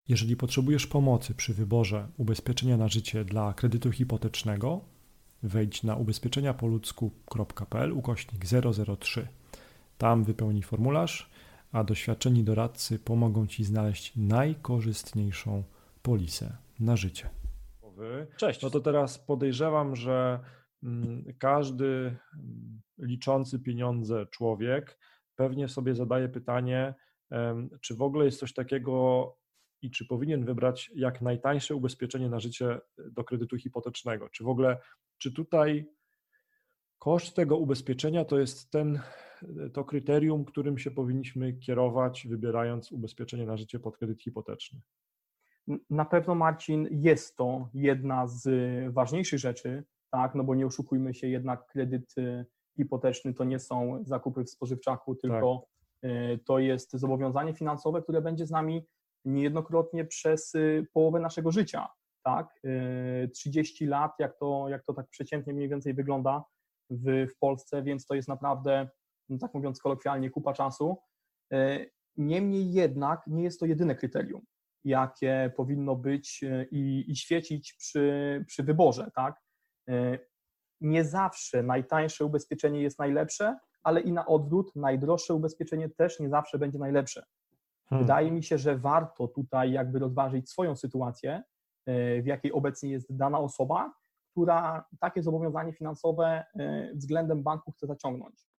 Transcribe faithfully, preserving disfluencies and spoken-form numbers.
Jeżeli potrzebujesz pomocy przy wyborze ubezpieczenia na życie dla kredytu hipotecznego, wejdź na ubezpieczeniapoludzku.pl ukośnik zero zero trzy. Tam wypełnij formularz, a doświadczeni doradcy pomogą Ci znaleźć najkorzystniejszą polisę na życie. Cześć. No to teraz podejrzewam, że każdy liczący pieniądze człowiek pewnie sobie zadaje pytanie, czy w ogóle jest coś takiego i czy powinien wybrać jak najtańsze ubezpieczenie na życie do kredytu hipotecznego. Czy w ogóle, czy tutaj koszt tego ubezpieczenia to jest ten, to kryterium, którym się powinniśmy kierować, wybierając ubezpieczenie na życie pod kredyt hipoteczny? Na pewno, Marcin, jest to jedna z ważniejszych rzeczy, tak, no bo nie oszukujmy się, jednak kredyt hipoteczny to nie są zakupy w spożywczaku, tylko tak. To jest zobowiązanie finansowe, które będzie z nami niejednokrotnie przez połowę naszego życia, tak, trzydzieści lat, jak to, jak to tak przeciętnie mniej więcej wygląda w, w Polsce, więc to jest naprawdę, no tak mówiąc kolokwialnie, kupa czasu. Niemniej jednak nie jest to jedyne kryterium, jakie powinno być i, i świecić przy, przy wyborze, tak. Nie zawsze najtańsze ubezpieczenie jest najlepsze, ale i na odwrót, najdroższe ubezpieczenie też nie zawsze będzie najlepsze. Hmm. Wydaje mi się, że warto tutaj jakby rozważyć swoją sytuację, w jakiej obecnie jest dana osoba, która takie zobowiązanie finansowe względem banku chce zaciągnąć.